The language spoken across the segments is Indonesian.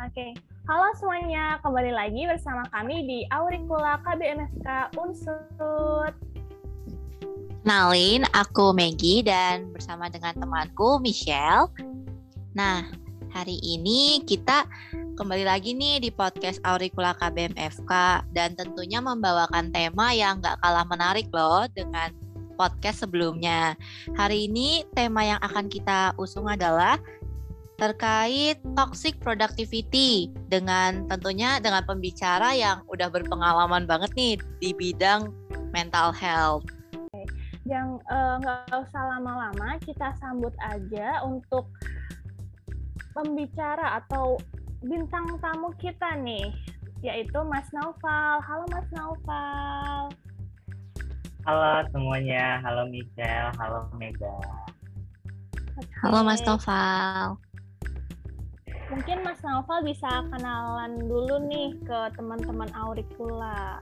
Oke, halo semuanya, kembali lagi bersama kami di Auricula KBMFK Unsut. Kenalin, aku Maggie dan bersama dengan temanku Michelle. Nah, hari ini kita kembali lagi nih di podcast Auricula KBMFK dan tentunya membawakan tema yang gak kalah menarik loh dengan podcast sebelumnya. Hari ini tema yang akan kita usung adalah terkait toxic productivity tentunya dengan pembicara yang udah berpengalaman banget nih di bidang mental health. Yang nggak usah lama-lama, kita sambut aja untuk pembicara atau bintang tamu kita nih, yaitu Mas Naufal. Halo Mas Naufal. Halo semuanya, halo Michelle, halo Mega. Halo Mas Naufal. Mungkin Mas Naufal bisa kenalan dulu nih ke teman-teman Auricula.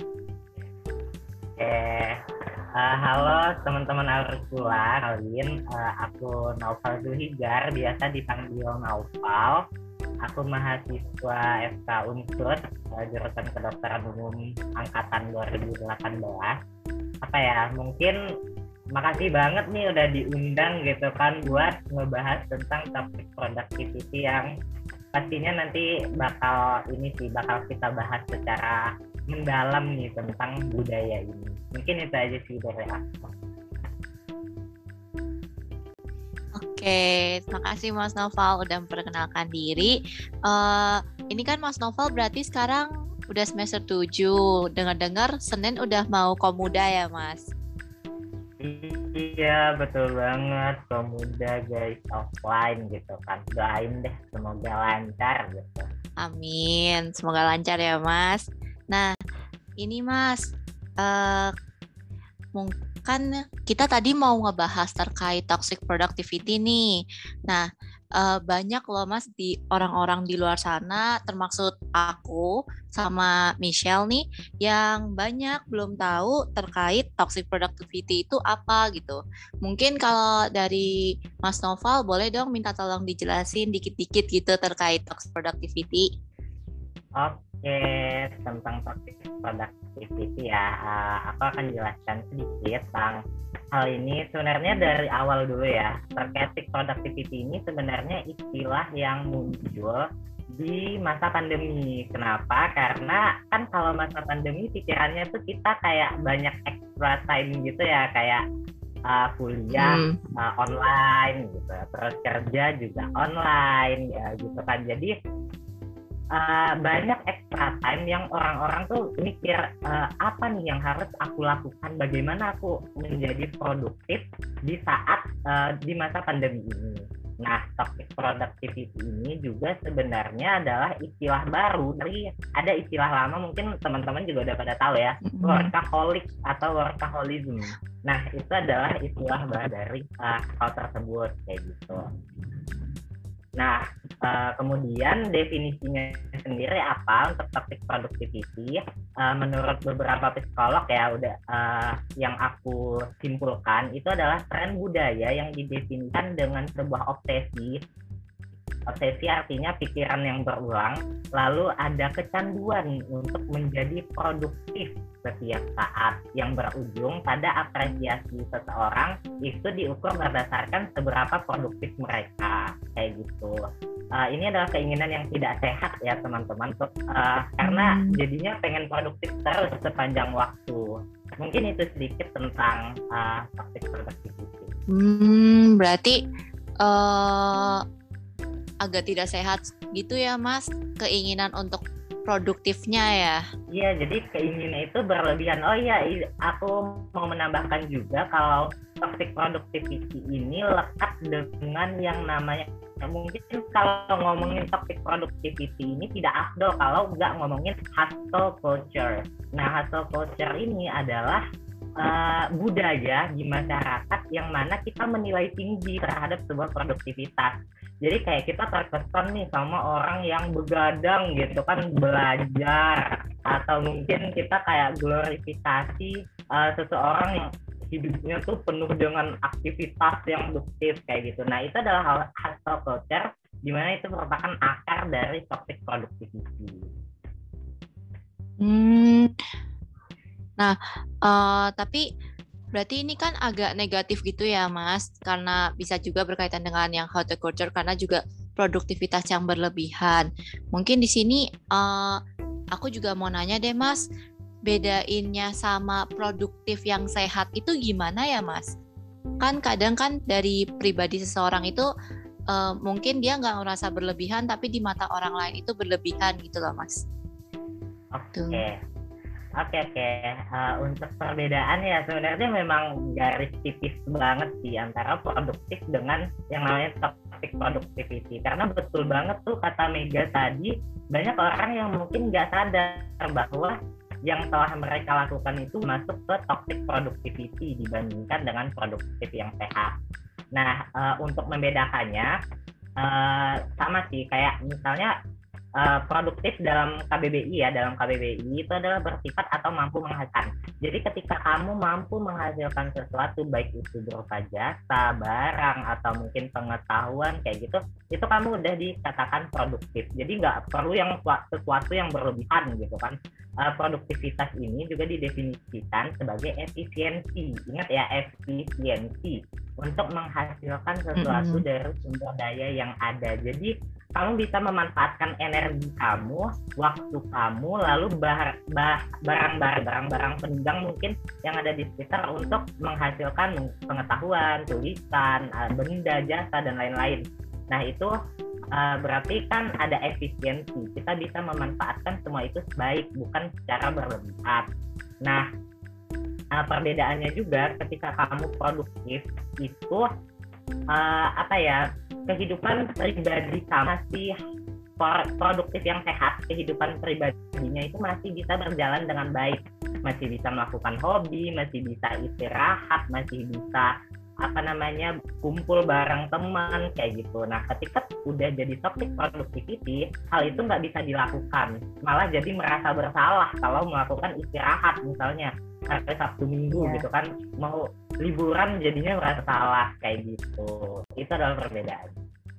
Halo teman-teman Auricula, kalian aku Naufal Zulhijar, biasa dipanggil Naufal. Aku mahasiswa FK Unsut, jurusan Kedokteran Umum angkatan 2018. Mungkin makasih banget nih udah diundang gitu kan buat ngebahas tentang topik productivity yang pastinya nanti bakal kita bahas secara mendalam nih tentang budaya ini. Mungkin itu aja sih dari aku. Oke, terima kasih Mas Naufal udah memperkenalkan diri. Ini kan Mas Naufal berarti sekarang udah semester 7. Dengar-dengar Senin udah mau Komuda ya Mas? Iya, betul banget. Komuda guys, offline gitu kan. Doain deh, semoga lancar gitu. Amin, semoga lancar ya Mas. Nah, ini Mas, mungkin kita tadi mau ngebahas terkait toxic productivity nih. Nah, banyak loh Mas di orang-orang di luar sana, termasuk aku sama Michelle nih, yang banyak belum tahu terkait toxic productivity itu apa gitu. Mungkin kalau dari Mas Naufal boleh dong minta tolong dijelasin dikit-dikit gitu terkait toxic productivity. Oke, tentang toxic productivity ya, aku akan jelaskan sedikit tentang hal ini. Sebenarnya dari awal dulu ya, toxic productivity ini sebenarnya istilah yang muncul di masa pandemi. Kenapa? Karena kan kalau masa pandemi pikirannya tuh kita kayak banyak extra time gitu ya, kayak kuliah online gitu, terus kerja juga online ya gitu kan. Jadi banyak extra time yang orang-orang tuh mikir apa nih yang harus aku lakukan, bagaimana aku menjadi produktif di saat di masa pandemi ini. Nah, toxic productivity ini juga sebenarnya adalah istilah baru dari ada istilah lama, mungkin teman-teman juga udah pada tahu ya, workaholic atau workaholism. Nah, itu adalah istilah baru dari hal tersebut kayak gitu. Nah, kemudian definisinya sendiri apa untuk toxic productivity? Menurut beberapa psikolog ya, yang aku simpulkan itu adalah tren budaya yang didefinisikan dengan sebuah obsesi. Obsesi artinya pikiran yang berulang, lalu ada kecanduan untuk menjadi produktif setiap saat yang berujung pada apresiasi seseorang itu diukur berdasarkan seberapa produktif mereka, kayak gitu. Ini adalah keinginan yang tidak sehat ya teman-teman, karena jadinya pengen produktif terus sepanjang waktu. Mungkin itu sedikit tentang toxic productivity. Berarti agak tidak sehat gitu ya Mas, keinginan untuk produktifnya ya. Iya, jadi keinginan itu berlebihan. Oh iya, aku mau menambahkan juga kalau toxic productivity ini lekat dengan yang namanya, mungkin kalau ngomongin toxic productivity ini tidak afdol kalau nggak ngomongin hustle culture. Nah, hustle culture ini adalah budaya di masyarakat yang mana kita menilai tinggi terhadap sebuah produktivitas. Jadi kayak kita terkesan nih sama orang yang begadang gitu kan, belajar, atau mungkin kita kayak glorifikasi seseorang yang hidupnya tuh penuh dengan aktivitas yang produktif kayak gitu. Nah, itu adalah hustle culture di mana itu merupakan akar dari toxic productivity. Nah, tapi berarti ini kan agak negatif gitu ya, Mas, karena bisa juga berkaitan dengan yang horticulture karena juga produktivitas yang berlebihan. Mungkin di sini aku juga mau nanya deh, Mas, bedainnya sama produktif yang sehat itu gimana ya, Mas? Kan kadang kan dari pribadi seseorang itu mungkin dia nggak merasa berlebihan, tapi di mata orang lain itu berlebihan gitu loh, Mas. Oke. Untuk perbedaan ya sebenarnya memang garis tipis banget sih antara produktif dengan yang namanya toxic productivity. Karena betul banget tuh kata Mega tadi, banyak orang yang mungkin nggak sadar bahwa yang telah mereka lakukan itu masuk ke toxic productivity dibandingkan dengan produktif yang sehat. Nah, untuk membedakannya sama sih kayak misalnya produktif dalam KBBI ya, dalam KBBI itu adalah bersifat atau mampu menghasilkan. Jadi ketika kamu mampu menghasilkan sesuatu, baik itu berupa jasa, barang, atau mungkin pengetahuan kayak gitu, itu kamu udah dikatakan produktif. Jadi nggak perlu yang sesuatu yang berlebihan gitu kan. Produktivitas ini juga didefinisikan sebagai efisiensi. Ingat ya, efisiensi untuk menghasilkan sesuatu dari sumber daya yang ada. Jadi kamu bisa memanfaatkan energi kamu, waktu kamu, lalu barang-barang penunjang mungkin yang ada di sekitar untuk menghasilkan pengetahuan, tulisan, benda, jasa, dan lain-lain. Nah itu berarti kan ada efisiensi. Kita bisa memanfaatkan semua itu baik, bukan secara berlebihan. Nah perbedaannya juga ketika kamu produktif itu kehidupan pribadi masih produktif yang sehat, kehidupan pribadinya itu masih bisa berjalan dengan baik, masih bisa melakukan hobi, masih bisa istirahat, masih bisa kumpul bareng teman kayak gitu. Nah ketika udah jadi toxic productivity, hal itu nggak bisa dilakukan, malah jadi merasa bersalah kalau melakukan istirahat misalnya hari Sabtu Minggu gitu kan, mau liburan jadinya merasa salah kayak gitu. Itu adalah perbedaan.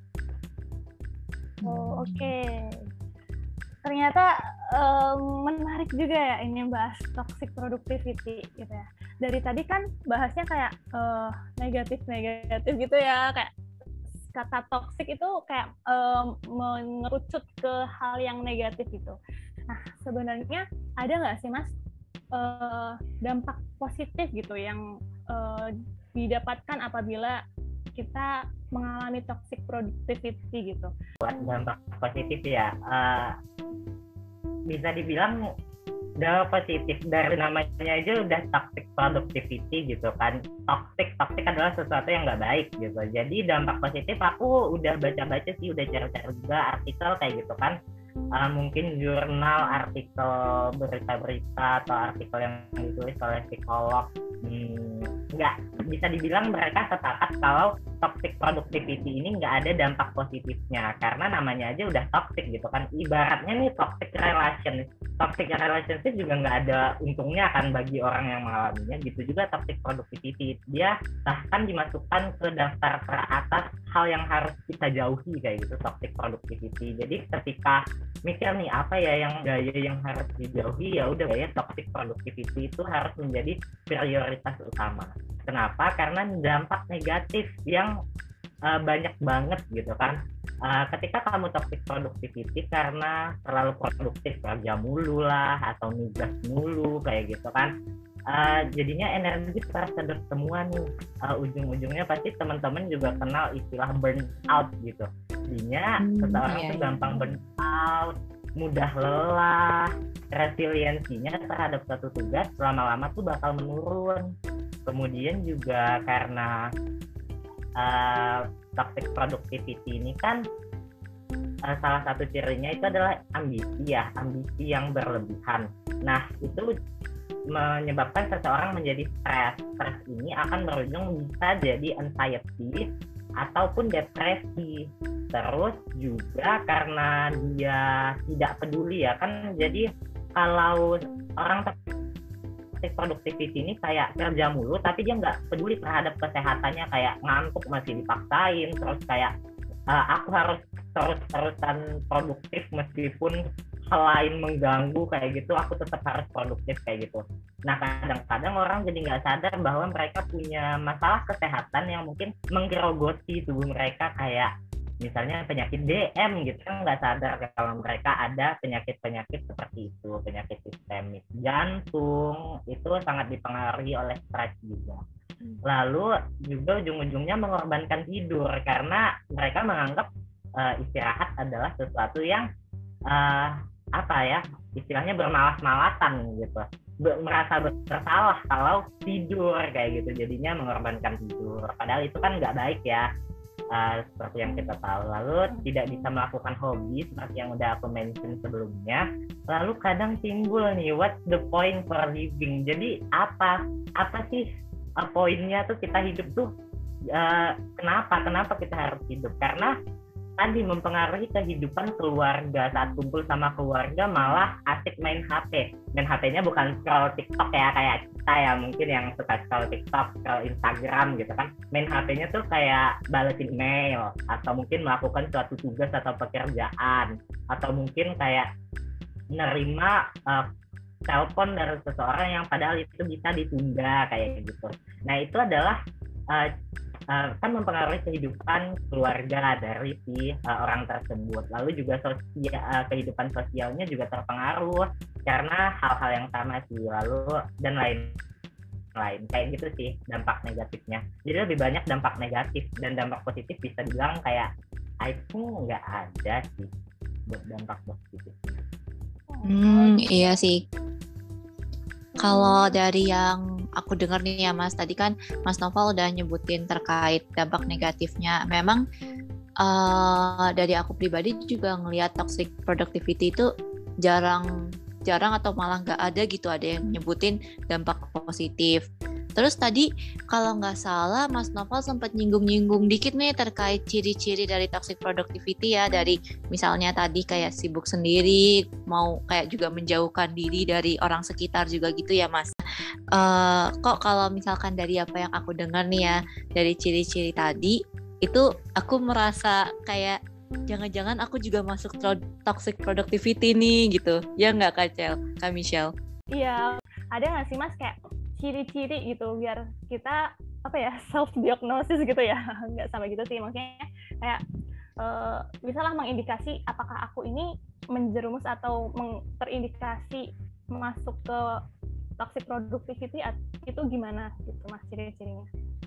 Oke. Ternyata menarik juga ya ini bahas toxic productivity gitu ya. Dari tadi kan bahasnya kayak negatif gitu ya, kayak kata toxic itu kayak mengerucut ke hal yang negatif gitu. Nah sebenarnya ada nggak sih Mas dampak positif gitu yang didapatkan apabila kita mengalami toxic productivity gitu? Buat dampak positif ya, bisa dibilang dampak positif dari namanya aja udah toxic productivity gitu kan. Toxic adalah sesuatu yang nggak baik gitu. Jadi dampak positif aku udah baca-baca sih, udah cari-cari juga artikel kayak gitu kan. Mungkin jurnal, artikel, berita-berita atau artikel yang ditulis oleh psikolog. Nggak bisa dibilang mereka sepakat kalau toxic productivity ini nggak ada dampak positifnya, karena namanya aja udah toxic gitu kan. Ibaratnya nih toxic relationship juga nggak ada untungnya kan bagi orang yang mengalaminya. Gitu juga toxic productivity, dia bahkan dimasukkan ke daftar teratas hal yang harus kita jauhi kayak gitu, toxic productivity. Jadi ketika mikir nih apa ya yang gaya yang harus dijauhi, ya udah gaya toxic productivity itu harus menjadi prioritas utama. Kenapa? Karena dampak negatif yang banyak banget gitu kan. Ketika kamu toxic productivity karena terlalu produktif, kerja mulu lah atau nugas mulu kayak gitu kan, jadinya energi tersedot semua nih. Ujung-ujungnya pasti teman-teman juga kenal istilah burn out gitu. Jadinya seseorang tuh gampang burn out, mudah lelah, resiliensinya terhadap satu tugas lama-lama tuh bakal menurun. Kemudian juga karena toxic productivity ini kan salah satu cirinya itu adalah ambisi yang berlebihan. Nah itu menyebabkan seseorang menjadi stres ini akan berujung bisa jadi anxiety ataupun depresi. Terus juga karena dia tidak peduli ya kan, jadi kalau orang toxic productivity ini kayak kerja mulu tapi dia nggak peduli terhadap kesehatannya, kayak ngantuk masih dipaksain, terus kayak aku harus terus-terusan produktif meskipun hal lain mengganggu kayak gitu, aku tetap harus produktif kayak gitu. Nah, kadang-kadang orang jadi nggak sadar bahwa mereka punya masalah kesehatan yang mungkin menggerogoti tubuh mereka, kayak misalnya penyakit DM gitu, kan nggak sadar kalau mereka ada penyakit-penyakit seperti itu, penyakit sistemik. Jantung itu sangat dipengaruhi oleh stres juga. Lalu juga ujung-ujungnya mengorbankan tidur karena mereka menganggap istirahat adalah sesuatu yang istilahnya bermalas-malasan gitu, merasa bersalah kalau tidur kayak gitu, jadinya mengorbankan tidur, padahal itu kan nggak baik ya. Seperti yang kita tahu. Lalu tidak bisa melakukan hobi seperti yang udah aku mention sebelumnya. Lalu kadang timbul nih, what's the point for living? Jadi apa sih poinnya tuh kita hidup tuh? Kenapa kita harus hidup? Karena tadi mempengaruhi kehidupan keluarga. Saat kumpul sama keluarga malah asik main HP. Main HP-nya bukan scroll TikTok ya kayak kita ya mungkin yang suka scroll TikTok, scroll Instagram gitu kan. Main HP-nya tuh kayak balesin mail, atau mungkin melakukan suatu tugas atau pekerjaan, atau mungkin kayak nerima telepon dari seseorang yang padahal itu bisa ditunda kayak gitu. Nah, itu adalah kan mempengaruhi kehidupan keluarga dari si orang tersebut. Lalu juga kehidupan sosialnya juga terpengaruh karena hal-hal yang sama sih. Lalu dan lain kayak gitu sih dampak negatifnya. Jadi lebih banyak dampak negatif, dan dampak positif bisa dibilang kayak itu nggak ada sih dampak positifnya. Iya sih. Kalau dari yang aku dengar nih ya Mas, tadi kan Mas Noval udah nyebutin terkait dampak negatifnya. Memang dari aku pribadi juga ngelihat toxic productivity itu jarang atau malah nggak ada gitu, ada yang nyebutin dampak positif. Terus tadi kalau nggak salah Mas Noval sempat nyinggung dikit nih terkait ciri-ciri dari toxic productivity ya, dari misalnya tadi kayak sibuk sendiri, mau kayak juga menjauhkan diri dari orang sekitar juga gitu ya Mas. Kok kalau misalkan dari apa yang aku dengar nih ya, dari ciri-ciri tadi itu aku merasa kayak jangan-jangan aku juga masuk toxic productivity nih gitu. Ya nggak Kak Michelle? Iya, ada nggak sih Mas kayak ciri-ciri gitu biar kita self diagnosis gitu ya? Nggak sampai gitu sih, maksudnya kayak misalnya mengindikasi apakah aku ini menjerumus atau terindikasi masuk ke toxic productivity itu gimana gitu Mas ciri-cirinya?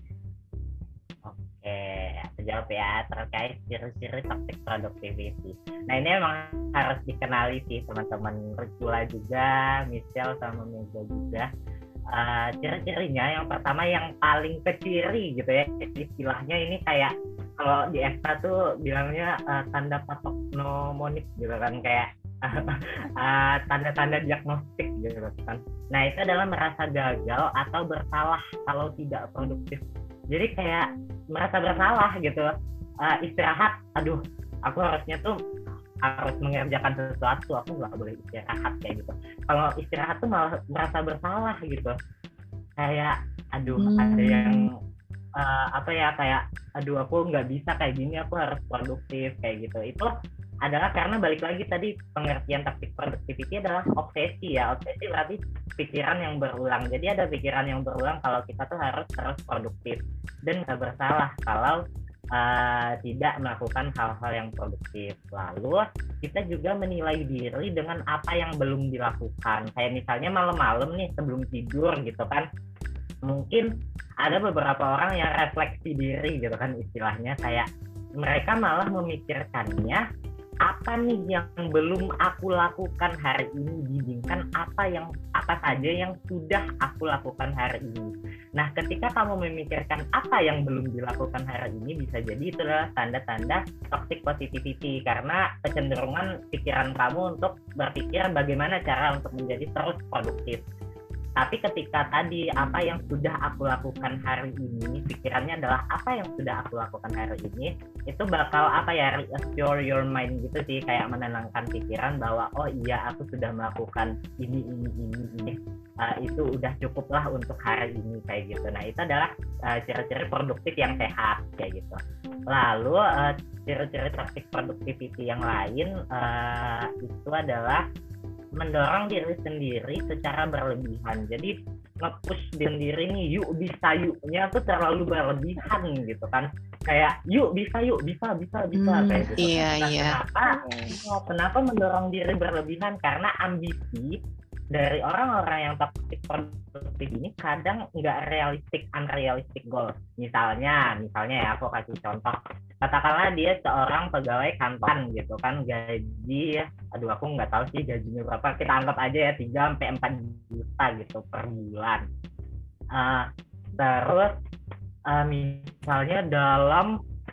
Oke, aku jawab ya terkait ciri-ciri toxic productivity. Nah, ini emang harus dikenali sih teman-teman Ricula juga, Michelle sama Mega juga. Ciri-cirinya yang pertama yang paling keciri gitu ya, istilahnya ini kayak kalau di ESTA tuh bilangnya tanda patognomonik gitu kan, kayak tanda-tanda diagnostik gitu kan. Nah, itu adalah merasa gagal atau bersalah kalau tidak produktif. Jadi kayak merasa bersalah gitu, istirahat, aduh aku harusnya tuh harus mengerjakan sesuatu, aku nggak boleh istirahat kayak gitu. Kalau istirahat tuh malah merasa bersalah gitu, kayak aduh ada yang kayak aduh aku nggak bisa kayak gini, aku harus produktif kayak gitu. Itu adalah karena balik lagi tadi pengertian toxic productivity adalah obsesi ya. Obsesi berarti pikiran yang berulang. Jadi ada pikiran yang berulang kalau kita tuh harus terus produktif dan nggak bersalah kalau tidak melakukan hal-hal yang produktif. Lalu kita juga menilai diri dengan apa yang belum dilakukan. Kayak misalnya malam-malam nih sebelum tidur gitu kan, mungkin ada beberapa orang yang refleksi diri gitu kan istilahnya, kayak mereka malah memikirkannya apa nih yang belum aku lakukan hari ini dibandingkan apa saja yang sudah aku lakukan hari ini. Nah, ketika kamu memikirkan apa yang belum dilakukan hari ini, bisa jadi itu adalah tanda-tanda toxic positivity, karena kecenderungan pikiran kamu untuk berpikir bagaimana cara untuk menjadi terus produktif. Tapi ketika tadi apa yang sudah aku lakukan hari ini, pikirannya adalah apa yang sudah aku lakukan hari ini, itu bakal reassure your mind gitu sih, kayak menenangkan pikiran bahwa oh iya aku sudah melakukan ini. Itu udah cukup lah untuk hari ini kayak gitu. Nah itu adalah ciri-ciri produktif yang sehat kayak gitu. Lalu ciri-ciri toxic productivity yang lain itu adalah mendorong diri sendiri secara berlebihan. Jadi nge-push diri sendiri nih, yuk bisa yuknya tuh terlalu berlebihan gitu kan. Kayak yuk bisa kayak gitu. Iya. Kenapa mendorong diri berlebihan? Karena ambisi dari orang-orang yang toxic produktif ini kadang nggak unrealistic goal. Misalnya ya aku kasih contoh, katakanlah dia seorang pegawai kantoran gitu kan, gaji, aku nggak tahu sih gajinya berapa, kita anggap aja ya 3-4 juta gitu per bulan. Terus misalnya dalam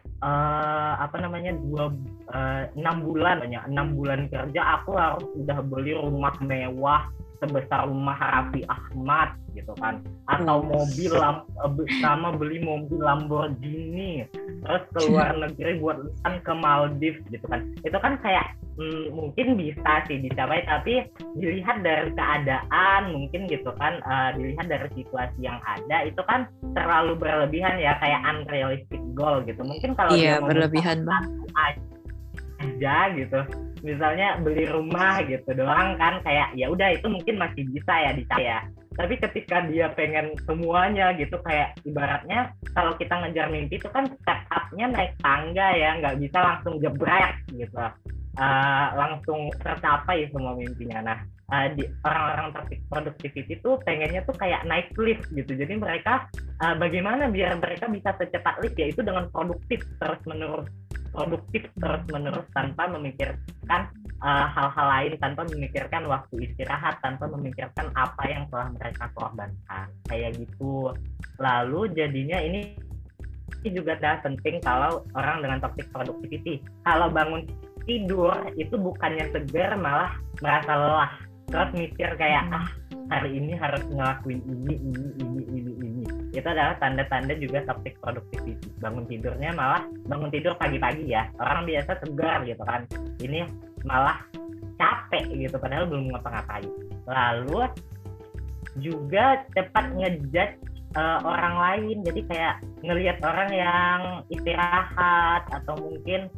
6 bulan kerja aku harus udah beli rumah mewah sebesar rumah Raffi Ahmad gitu kan, atau sama beli mobil Lamborghini, terus ke luar negeri buat liburan ke Maldives gitu kan. Itu kan kayak mungkin bisa dicapai, tapi dilihat dari keadaan mungkin gitu kan, dilihat dari situasi yang ada itu kan terlalu berlebihan ya, kayak unrealistic goal gitu. Mungkin kalau dia berlebihan aja gitu, misalnya beli rumah gitu doang kan, kayak ya udah itu mungkin masih bisa ya dicapai ya. Tapi ketika dia pengen semuanya gitu, kayak ibaratnya kalau kita ngejar mimpi itu kan step up-nya naik tangga ya, nggak bisa langsung jebrek gitu, langsung tercapai semua mimpinya. Nah di orang-orang toxic productivity tuh pengennya tuh kayak naik lift gitu. Jadi mereka bagaimana biar mereka bisa secepat lift, yaitu dengan produktif terus menerus tanpa memikirkan hal-hal lain, tanpa memikirkan waktu istirahat, tanpa memikirkan apa yang telah mereka korbankan kayak gitu. Lalu jadinya ini juga penting kalau orang dengan toxic productivity, kalau bangun tidur itu bukannya segar malah merasa lelah, terus mikir kayak hari ini harus ngelakuin ini. Itu adalah tanda-tanda juga toxic productivity. Bangun tidur pagi-pagi ya, orang biasa segar gitu kan, ini malah capek gitu padahal belum ngapa-ngapain. Lalu juga cepat ngejudge orang lain, jadi kayak ngelihat orang yang istirahat atau mungkin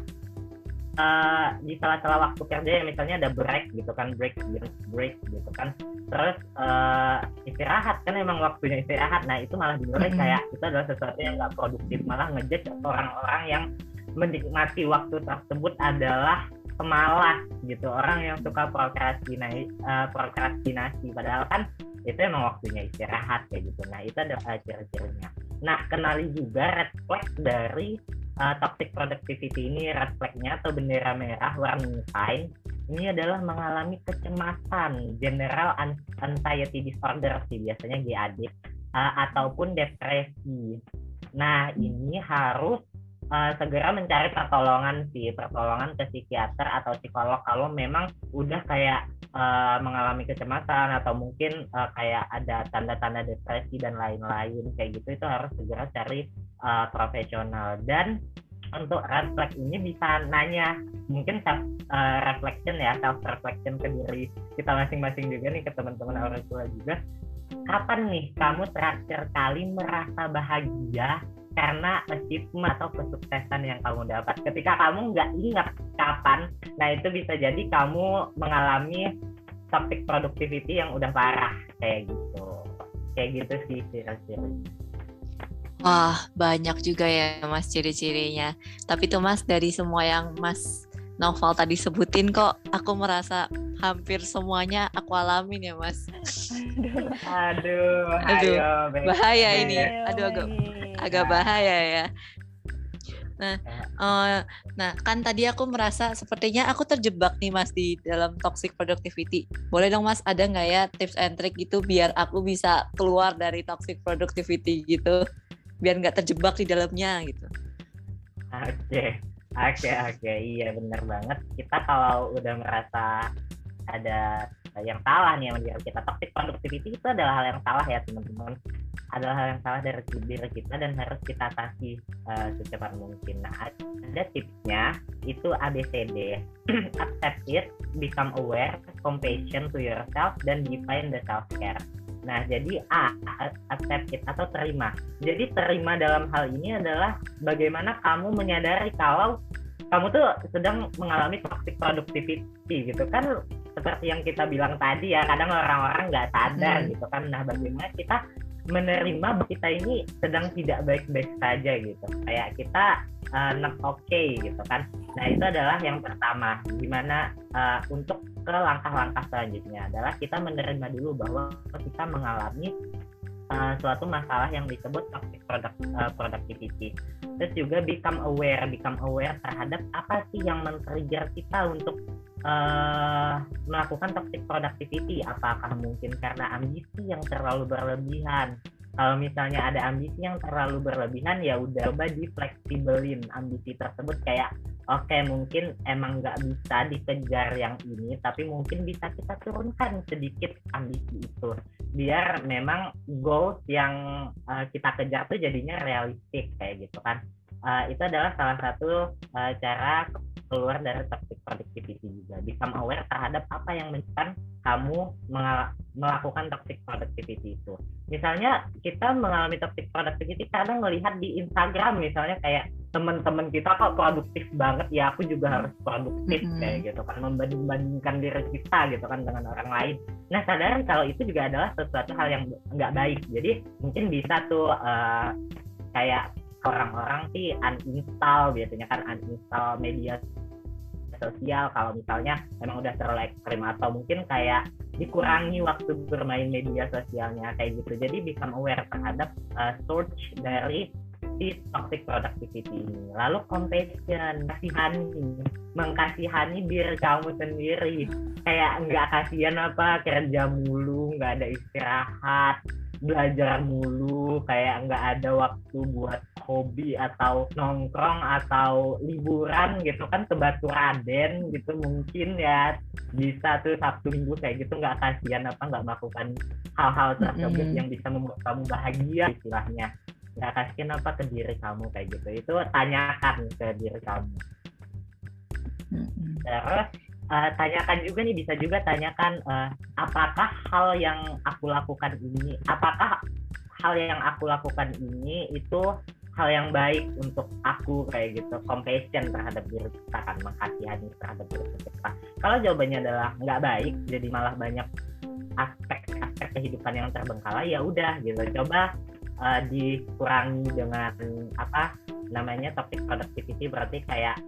di sela-sela waktu kerja ya, misalnya ada break gitu kan, break gitu kan, terus istirahat kan emang waktunya istirahat. Nah itu malah dinilai kayak itu adalah sesuatu yang nggak produktif, malah ngejudge orang-orang yang menikmati waktu tersebut adalah pemalas gitu, orang yang suka prokrastinasi padahal kan itu emang waktunya istirahat kayak gitu. Nah itu ada ciri-cirinya. Nah kenali juga red flag dari toxic productivity ini. Red flag-nya atau bendera merah, warning sign, ini adalah mengalami kecemasan, general anxiety disorder sih biasanya GAD, ataupun depresi. Nah ini harus segera mencari pertolongan ke psikiater atau psikolog kalau memang udah kayak mengalami kecemasan atau mungkin kayak ada tanda-tanda depresi dan lain-lain kayak gitu. Itu harus segera cari profesional. Dan untuk red flag ini bisa nanya, mungkin self reflection ke diri kita masing-masing juga nih, ke teman-teman Aurikula juga. Kapan nih kamu terakhir kali merasa bahagia karena achievement atau kesuksesan yang kamu dapat? Ketika kamu nggak ingat kapan, nah itu bisa jadi kamu mengalami toxic productivity yang udah parah kayak gitu sih ciri-ciri. Wah, banyak juga ya Mas ciri-cirinya. Tapi tuh Mas, dari semua yang Mas Noval tadi sebutin kok aku merasa hampir semuanya aku alamin ya Mas. Aduh, bahaya ini. Agak bahaya ya. Nah, kan tadi aku merasa sepertinya aku terjebak nih Mas di dalam toxic productivity. Boleh dong Mas, ada nggak ya tips and trick gitu biar aku bisa keluar dari toxic productivity gitu, biar nggak terjebak di dalamnya gitu? Oke, iya benar banget. Kita kalau udah merasa ada yang salah nih sama diri kita. Toxic productivity itu adalah hal yang salah ya teman-teman, adalah hal yang salah dari diri kita dan harus kita atasi secepat mungkin. Nah, ada tipsnya, itu ABCD. Accept it, become aware, compassion to yourself, dan define the self-care. Nah, jadi accept it atau terima. Jadi terima dalam hal ini adalah bagaimana kamu menyadari kalau kamu tuh sedang mengalami toxic productivity gitu kan, seperti yang kita bilang tadi ya, kadang orang-orang nggak sadar gitu kan. Nah, bagaimana kita menerima bahwa kita ini sedang tidak baik-baik saja gitu, kayak kita not okay gitu kan. Nah, itu adalah yang pertama. Gimana untuk ke langkah-langkah selanjutnya adalah kita menerima dulu bahwa kita mengalami suatu masalah yang disebut toxic productivity. Terus juga become aware terhadap apa sih yang men-trigger kita untuk melakukan toxic productivity. Apakah mungkin karena ambisi yang terlalu berlebihan? Kalau misalnya ada ambisi yang terlalu berlebihan, ya udah coba di-fleksibelin ambisi tersebut, kayak oke, mungkin emang nggak bisa dikejar yang ini, tapi mungkin bisa kita turunkan sedikit ambisi itu, biar memang goals yang kita kejar tuh jadinya realistik kayak gitu kan. Itu adalah salah satu cara keluar dari toxic productivity juga. Become aware terhadap apa yang menyebabkan kamu melakukan toxic productivity itu. Misalnya kita mengalami toxic productivity kadang melihat di Instagram misalnya, kayak teman-teman kita kok produktif banget, ya aku juga harus produktif kayak gitu kan, membanding-bandingkan diri kita gitu kan dengan orang lain. Nah, sadar kalau itu juga adalah sesuatu hal yang nggak baik. Jadi mungkin bisa tuh kayak orang-orang sih uninstall, biasanya kan uninstall media sosial kalau misalnya memang udah terlalu ekstrim, atau mungkin kayak dikurangi waktu bermain media sosialnya kayak gitu. Jadi become aware terhadap source dari si toxic productivity ini. Lalu compassion, mengkasihani diri kamu sendiri, kayak nggak kasihan apa kerja mulu, nggak ada istirahat, belajar mulu, kayak nggak ada waktu buat hobi atau nongkrong atau liburan gitu kan, ke Batu Raden gitu mungkin ya, bisa tuh Sabtu Minggu kayak gitu. Nggak kasihan apa nggak melakukan hal-hal tersebut yang bisa membuat kamu bahagia istilahnya. Nggak kasihan apa ke diri kamu kayak gitu. Itu tanyakan ke diri kamu. Terus tanyakan juga nih, bisa juga tanyakan apakah hal yang aku lakukan ini itu hal yang baik untuk aku kayak gitu. Compassion terhadap diri kita kan, mengkasihani terhadap diri kita. Kalau jawabannya adalah nggak baik, jadi malah banyak aspek-aspek kehidupan yang terbengkalai, ya udah gitu, coba dikurangi dengan toxic productivity. Berarti kayak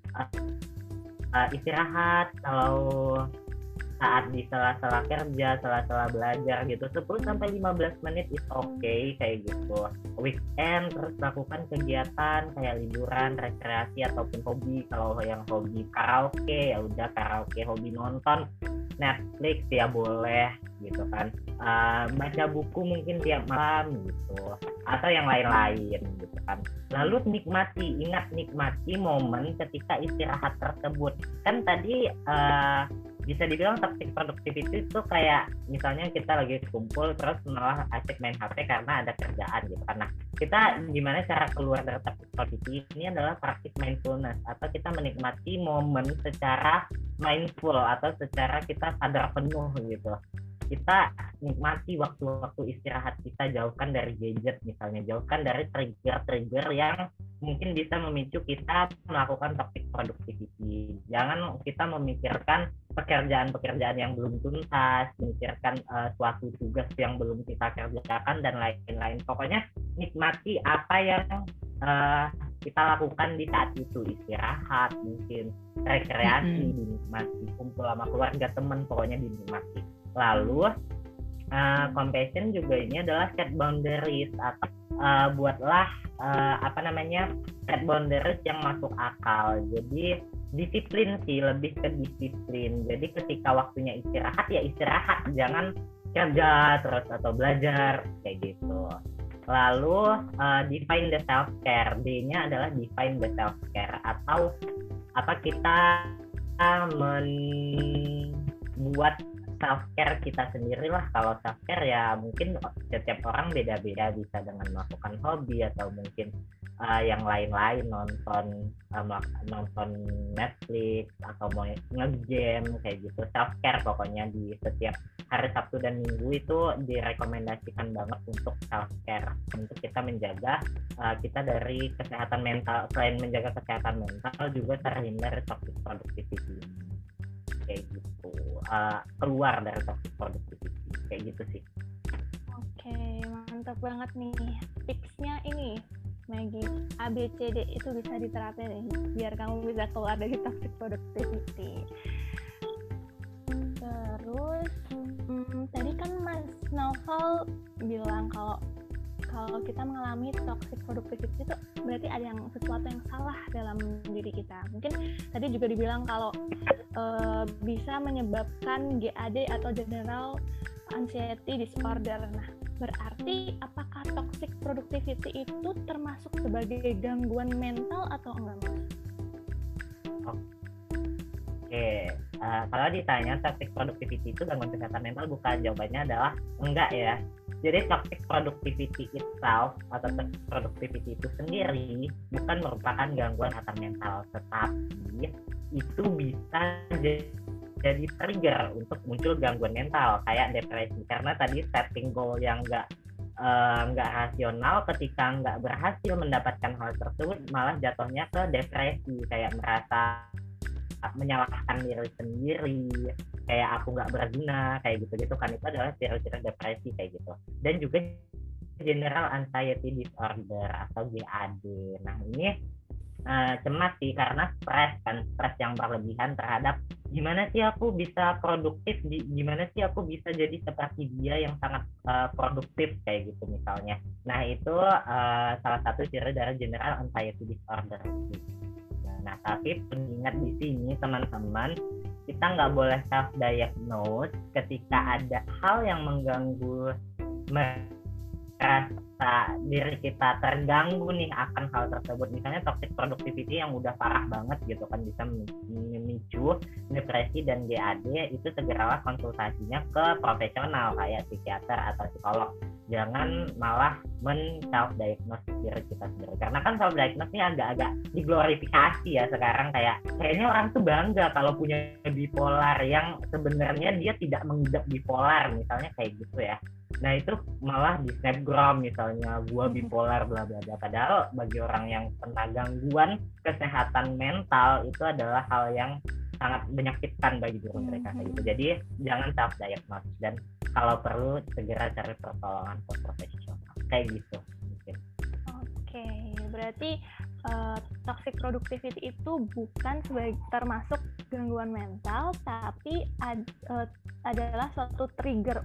istirahat kalau saat di sela-sela kerja, sela-sela belajar gitu, 10-15 menit is okay kayak gitu. Weekend terus lakukan kegiatan kayak liburan, rekreasi ataupun hobi. Kalau yang hobi karaoke, ya udah karaoke. Hobi nonton Netflix ya boleh gitu kan. Baca buku mungkin tiap malam gitu, atau yang lain-lain gitu kan. Lalu ingat nikmati momen ketika istirahat tersebut. Kan tadi bisa dibilang toxic productivity itu kayak misalnya kita lagi kumpul terus malah asik main HP karena ada kerjaan gitu. Karena kita gimana cara keluar dari toxic productivity ini adalah praktik mindfulness, atau kita menikmati momen secara mindful atau secara kita sadar penuh gitu. Kita nikmati waktu-waktu istirahat kita, jauhkan dari gadget misalnya, jauhkan dari trigger-trigger yang mungkin bisa memicu kita melakukan toxic productivity. Jangan kita memikirkan pekerjaan-pekerjaan yang belum tuntas, memikirkan suatu tugas yang belum kita kerjakan dan lain-lain. Pokoknya nikmati apa yang kita lakukan di saat itu, istirahat, mungkin rekreasi dinikmati, kumpul sama keluarga, teman, pokoknya dinikmati. Lalu compassion juga ini adalah set boundaries, atau buatlah set boundaries yang masuk akal. Jadi disiplin sih, lebih ke disiplin. Jadi ketika waktunya istirahat ya istirahat, jangan kerja terus atau belajar kayak gitu. Lalu define the self care. D-nya adalah define the self care, atau kita buat self care kita sendiri lah. Kalau self care ya mungkin setiap orang beda-beda, bisa dengan melakukan hobi atau mungkin yang lain-lain, nonton Netflix atau mau nge-game kayak gitu. Self care pokoknya di setiap hari Sabtu dan Minggu itu direkomendasikan banget untuk self care, untuk kita menjaga kita dari kesehatan mental. Selain menjaga kesehatan mental juga terhindar dari toxic productivity kayak gitu, keluar dari toxic productivity kayak gitu sih. Oke, mantap banget nih tipsnya ini Maggie. ABCD itu bisa diterapin nih biar kamu bisa keluar dari toxic productivity. Terus tadi kan Mas Novel bilang kalau kita mengalami toxic productivity itu berarti ada sesuatu yang salah dalam diri kita. Mungkin tadi juga dibilang kalau bisa menyebabkan GAD atau General Anxiety Disorder. Nah, berarti apakah toxic productivity itu termasuk sebagai gangguan mental atau enggak, Mas? Oke, kalau ditanya toxic productivity itu gangguan kesehatan mental bukan, jawabannya adalah enggak ya. Jadi toxic productivity itself atau toxic productivity itu sendiri bukan merupakan gangguan kesehatan mental, tetapi itu bisa jadi trigger untuk muncul gangguan mental kayak depresi, karena tadi setting goal yang nggak rasional, ketika nggak berhasil mendapatkan hal tersebut malah jatuhnya ke depresi, kayak merasa menyalahkan diri sendiri, kayak aku nggak berguna, kayak gitu kan. Itu adalah ciri-ciri depresi kayak gitu. Dan juga General Anxiety Disorder atau GAD. Nah ini cemas sih, karena stres yang berlebihan terhadap gimana sih aku bisa produktif, gimana sih aku bisa jadi seperti dia yang sangat produktif kayak gitu misalnya. Nah itu salah satu ciri dari General Anxiety Disorder. Nah tapi ingat di sini teman-teman, kita nggak boleh self-diagnose ketika ada hal yang mengganggu, merasa diri kita terganggu nih akan hal tersebut. Misalnya toxic productivity yang udah parah banget gitu kan, bisa memicu depresi dan GAD, itu segeralah konsultasinya ke profesional kayak psikiater atau psikolog. Jangan malah men-self-diagnose diri kita sendiri, karena kan self-diagnose ini agak-agak diglorifikasi ya sekarang, kayaknya orang tuh bangga kalau punya bipolar yang sebenarnya dia tidak mengidap bipolar misalnya kayak gitu ya. Nah itu malah di snapgram misalnya, gua bipolar bla bla bla, padahal bagi orang yang kena gangguan kesehatan mental itu adalah hal yang sangat menyakitkan bagi diri mereka kayak gitu. Jadi jangan self-diagnose, dan kalau perlu segera cari pertolongan ke profesional kayak gitu mungkin. Oke, berarti toxic productivity itu bukan termasuk gangguan mental, tapi adalah suatu trigger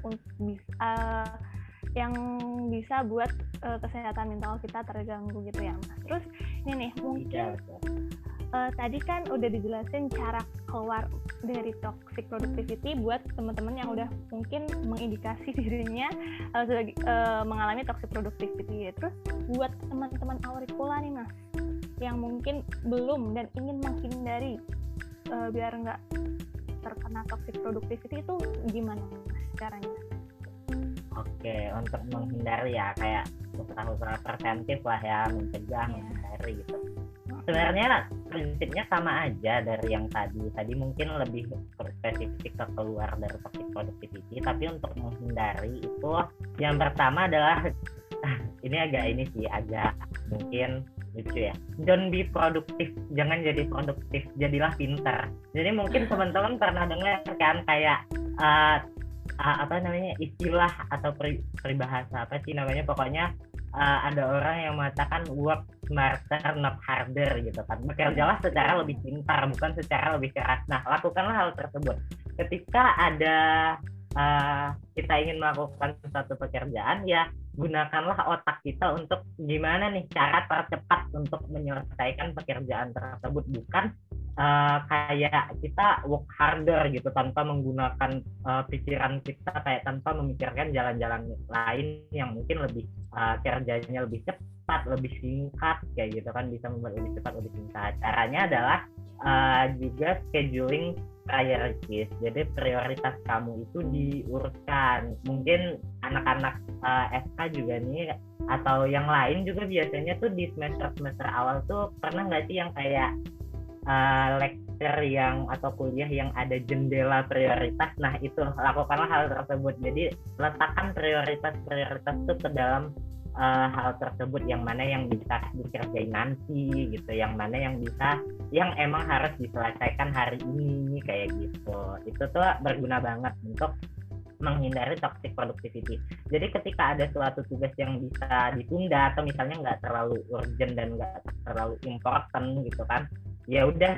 yang bisa buat kesehatan mental kita terganggu gitu ya, Mas. Terus ini nih mungkin tadi kan udah dijelasin cara keluar dari toxic productivity buat teman-teman yang udah mungkin mengindikasi dirinya mengalami toxic productivity. Terus buat teman-teman aurikula nih Mas, yang mungkin belum dan ingin menghindari biar nggak terkena toxic productivity, itu gimana Mas caranya? Oke, untuk menghindari ya kayak usaha-usaha preventif lah ya, mencegah, menghindari gitu. Sebenarnya prinsipnya sama aja dari yang tadi mungkin lebih spesifik ke keluar dari toxic productivity, tapi untuk menghindari itu yang pertama adalah ini agak mungkin lucu ya, don't be produktif, jangan jadi produktif, jadilah pintar. Jadi mungkin teman-teman pernah dengar kan kayak istilah atau peribahasa pokoknya ada orang yang mengatakan work smarter not harder gitu kan, bekerjalah secara lebih pintar bukan secara lebih keras. Nah lakukanlah hal tersebut ketika ada kita ingin melakukan suatu pekerjaan, ya gunakanlah otak kita untuk gimana nih cara tercepat untuk menyelesaikan pekerjaan tersebut, bukan kayak kita work harder gitu tanpa menggunakan pikiran kita, kayak tanpa memikirkan jalan-jalan lain yang mungkin lebih kerjanya lebih cepat, lebih singkat kayak gitu kan, bisa membuat lebih cepat, lebih singkat. Caranya adalah juga scheduling priorities. Jadi prioritas kamu itu diurutkan. Mungkin anak-anak FK juga nih atau yang lain juga biasanya tuh di semester awal tuh pernah nggak sih yang kayak lecture yang atau kuliah yang ada jendela prioritas. Nah itu lakukanlah hal tersebut. Jadi letakkan prioritas itu ke dalam hal tersebut, yang mana yang bisa dikerjain nanti gitu, yang mana yang bisa, yang emang harus diselesaikan hari ini kayak gitu. Itu tuh berguna banget untuk menghindari toxic productivity. Jadi ketika ada suatu tugas yang bisa ditunda atau misalnya nggak terlalu urgent dan nggak terlalu important gitu kan, ya udah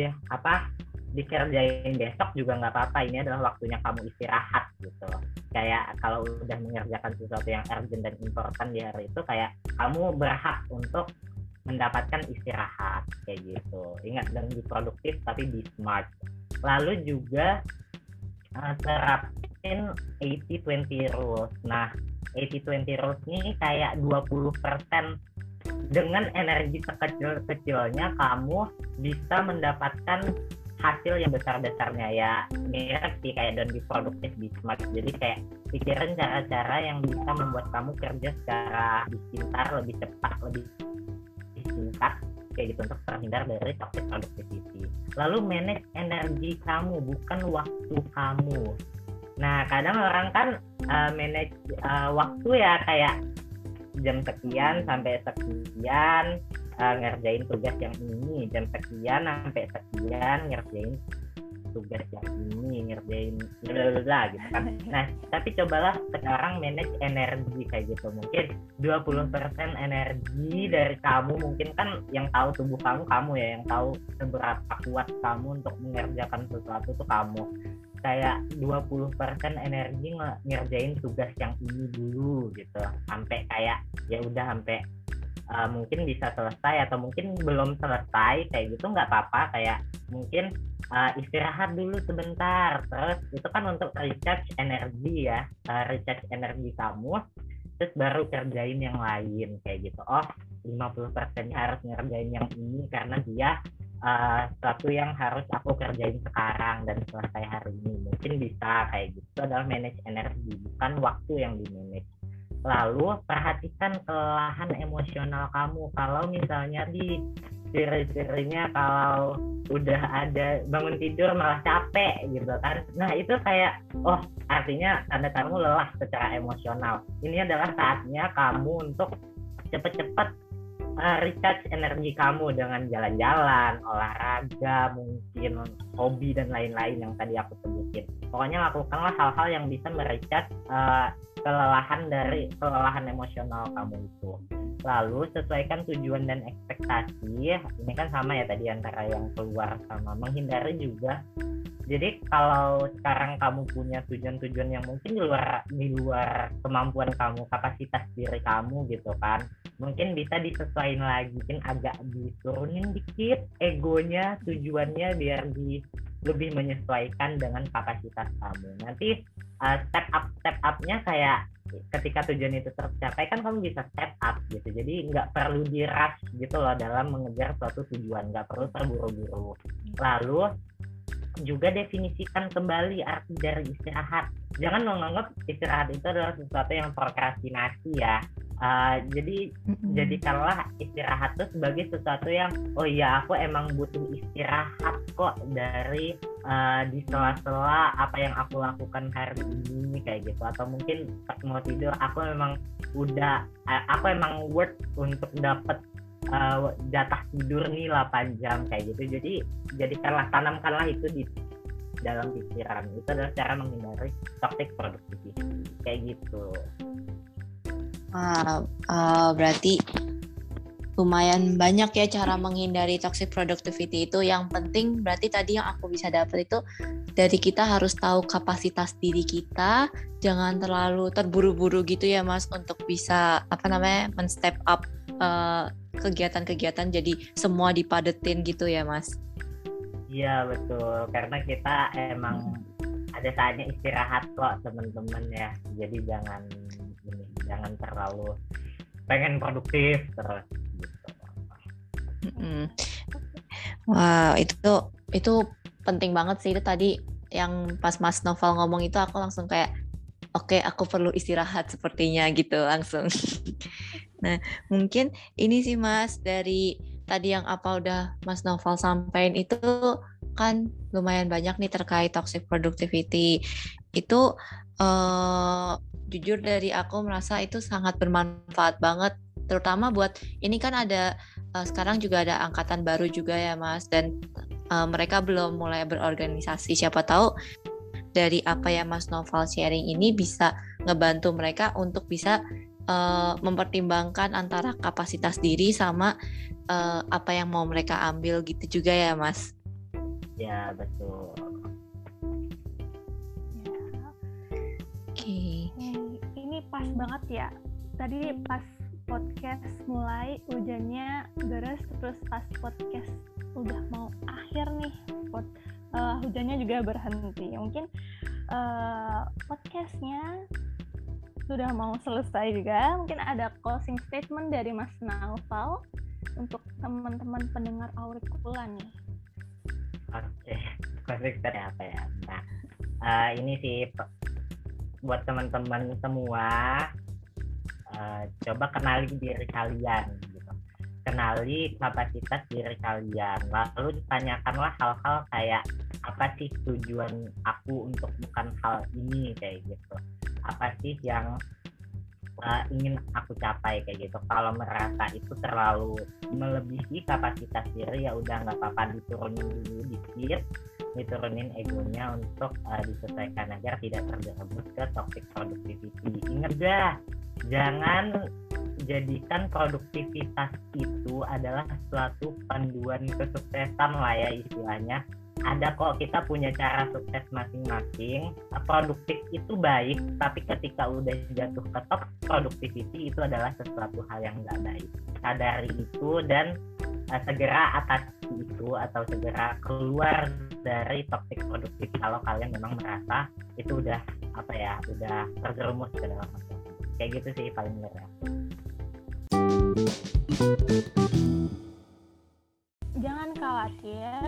dikerjain besok juga nggak apa-apa. Ini adalah waktunya kamu istirahat gitu. Kayak kalau udah mengerjakan sesuatu yang urgent dan important di hari itu, kayak kamu berhak untuk mendapatkan istirahat kayak gitu. Ingat, dan be produktif tapi be smart. Lalu juga terapin 80-20 rules. Nah, 80-20 rules ini kayak 20% dengan energi sekecil-kecilnya kamu bisa mendapatkan hasil yang besar-besarnya. Ya mirip sih kayak don't be productive, be smart. Jadi kayak pikirin cara-cara yang bisa membuat kamu kerja secara lebih pintar, lebih cepat, lebih singkat kayak gitu, untuk terhindar dari toxic productivity. Lalu manage energi kamu, bukan waktu kamu. Nah kadang orang kan manage waktu ya, kayak jam sekian sampai sekian ngerjain tugas yang ini, jam sekian sampai sekian ngerjain tugas yang ini, ngerjain bla gitu kan. Nah tapi cobalah sekarang manage energi kayak gitu. Mungkin 20% energi dari kamu, mungkin kan yang tahu tubuh kamu ya, yang tahu seberapa kuat kamu untuk mengerjakan sesuatu tuh kamu. Kayak 20% energi ngerjain tugas yang ini dulu gitu, sampai kayak ya udah sampai mungkin bisa selesai atau mungkin belum selesai kayak gitu, nggak apa-apa. Kayak mungkin istirahat dulu sebentar, terus itu kan untuk recharge energi ya, recharge energi kamu, terus baru kerjain yang lain kayak gitu. 50% harus ngerjain yang ini karena dia sesuatu yang harus aku kerjain sekarang dan selesai hari ini, mungkin bisa kayak gitu. Itu adalah manage energi, bukan waktu yang di manage. Lalu perhatikan kelelahan emosional kamu. Kalau misalnya di ciri-cirinya kalau udah ada bangun tidur malah capek gitu kan, nah itu kayak artinya tanda kamu lelah secara emosional. Ini adalah saatnya kamu untuk cepet-cepet recharge energi kamu dengan jalan-jalan, olahraga, mungkin hobi dan lain-lain yang tadi aku sebutin. Pokoknya lakukanlah hal-hal yang bisa merecharge kelelahan emosional kamu itu. Lalu sesuaikan tujuan dan ekspektasi. Ini kan sama ya tadi antara yang keluar sama menghindari juga. Jadi kalau sekarang kamu punya tujuan-tujuan yang mungkin di luar kemampuan kamu, kapasitas diri kamu gitu kan, mungkin bisa disesuaikan lagi, mungkin agak diturunin dikit egonya, tujuannya biar lebih menyesuaikan dengan kapasitas kamu. Nanti step up-nya kayak ketika tujuan itu tercapai kan kamu bisa step up gitu. Jadi nggak perlu di-rush gitu loh dalam mengejar suatu tujuan, nggak perlu terburu-buru. Lalu juga definisikan kembali arti dari istirahat. Jangan menganggap istirahat itu adalah sesuatu yang prokrastinasi ya. Jadi jadikanlah istirahat itu sebagai sesuatu yang aku emang butuh istirahat kok dari di sela-sela apa yang aku lakukan hari ini kayak gitu. Atau mungkin pas mau tidur aku emang worth untuk dapat jatah tidur nih 8 jam kayak gitu. Jadi tanamkanlah itu di dalam pikiran. Itu adalah cara menghindari toxic productivity kayak gitu. Berarti lumayan banyak ya cara menghindari toxic productivity itu. Yang penting berarti tadi yang aku bisa dapat itu dari kita harus tahu kapasitas diri kita, jangan terlalu terburu-buru gitu ya Mas, untuk bisa men-step up kegiatan-kegiatan jadi semua dipadetin gitu ya Mas. Iya betul, karena kita emang ada saatnya istirahat kok teman-teman ya. Jadi jangan terlalu pengen produktif terus gitu. Wow, itu penting banget sih. Itu tadi yang pas Mas Novel ngomong itu aku langsung kayak oke, aku perlu istirahat sepertinya gitu langsung. Nah, mungkin ini sih Mas, dari tadi yang apa udah Mas Novel sampaikan itu kan lumayan banyak nih terkait toxic productivity. Itu jujur dari aku merasa itu sangat bermanfaat banget, terutama buat ini kan ada sekarang juga ada angkatan baru juga ya Mas, dan mereka belum mulai berorganisasi. Siapa tahu dari apa yang Mas Novel sharing ini bisa ngebantu mereka untuk bisa mempertimbangkan antara kapasitas diri sama apa yang mau mereka ambil gitu juga ya Mas. Ya betul. Oke. Ini pas banget ya. Tadi pas podcast mulai hujannya deras, terus pas podcast udah mau akhir nih hujannya juga berhenti. Mungkin podcastnya sudah mau selesai juga. Mungkin ada closing statement dari Mas Naufal untuk teman-teman pendengar Aurikula nih. Oke, closing statement apa ya? Nah, ini sih buat teman-teman semua, coba kenali diri kalian gitu. Kenali kapasitas diri kalian, lalu tanyakanlah hal-hal kayak apa sih tujuan aku untuk bukan hal ini kayak gitu, apa sih yang ingin aku capai kayak gitu. Kalau merasa itu terlalu melebihi kapasitas diri, ya udah nggak apa-apa, diturunin dulu dikit, diturunin egonya untuk disesuaikan agar tidak terjerumus ke toxic productivity. Ingat gak, jangan jadikan produktivitas itu adalah suatu panduan kesuksesan lah ya istilahnya. Ada kok, kita punya cara sukses masing-masing. Produktif itu baik, tapi ketika udah jatuh ke top productivity itu adalah sesuatu hal yang nggak baik. Sadari itu dan segera atasi itu, atau segera keluar dari toxic productivity kalau kalian memang merasa itu udah udah terjerumus ke dalam masalah. Kayak gitu sih paling benar ya. Jangan khawatir,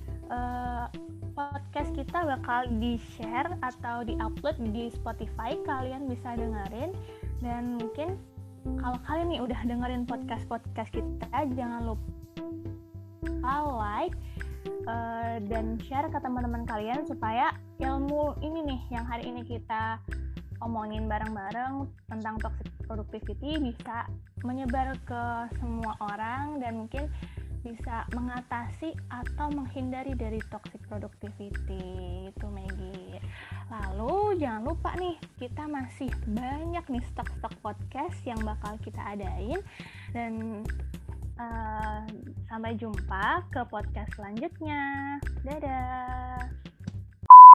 podcast kita bakal di-share atau di-upload di Spotify, kalian bisa dengerin. Dan mungkin kalau kalian nih udah dengerin podcast kita, jangan lupa like dan share ke teman-teman kalian supaya ilmu ini nih yang hari ini kita omongin bareng-bareng tentang toxic productivity bisa menyebar ke semua orang dan mungkin bisa mengatasi atau menghindari dari toxic productivity itu, Maggie. Lalu jangan lupa nih, kita masih banyak nih stok-stok podcast yang bakal kita adain. Dan sampai jumpa ke podcast selanjutnya. Dadah.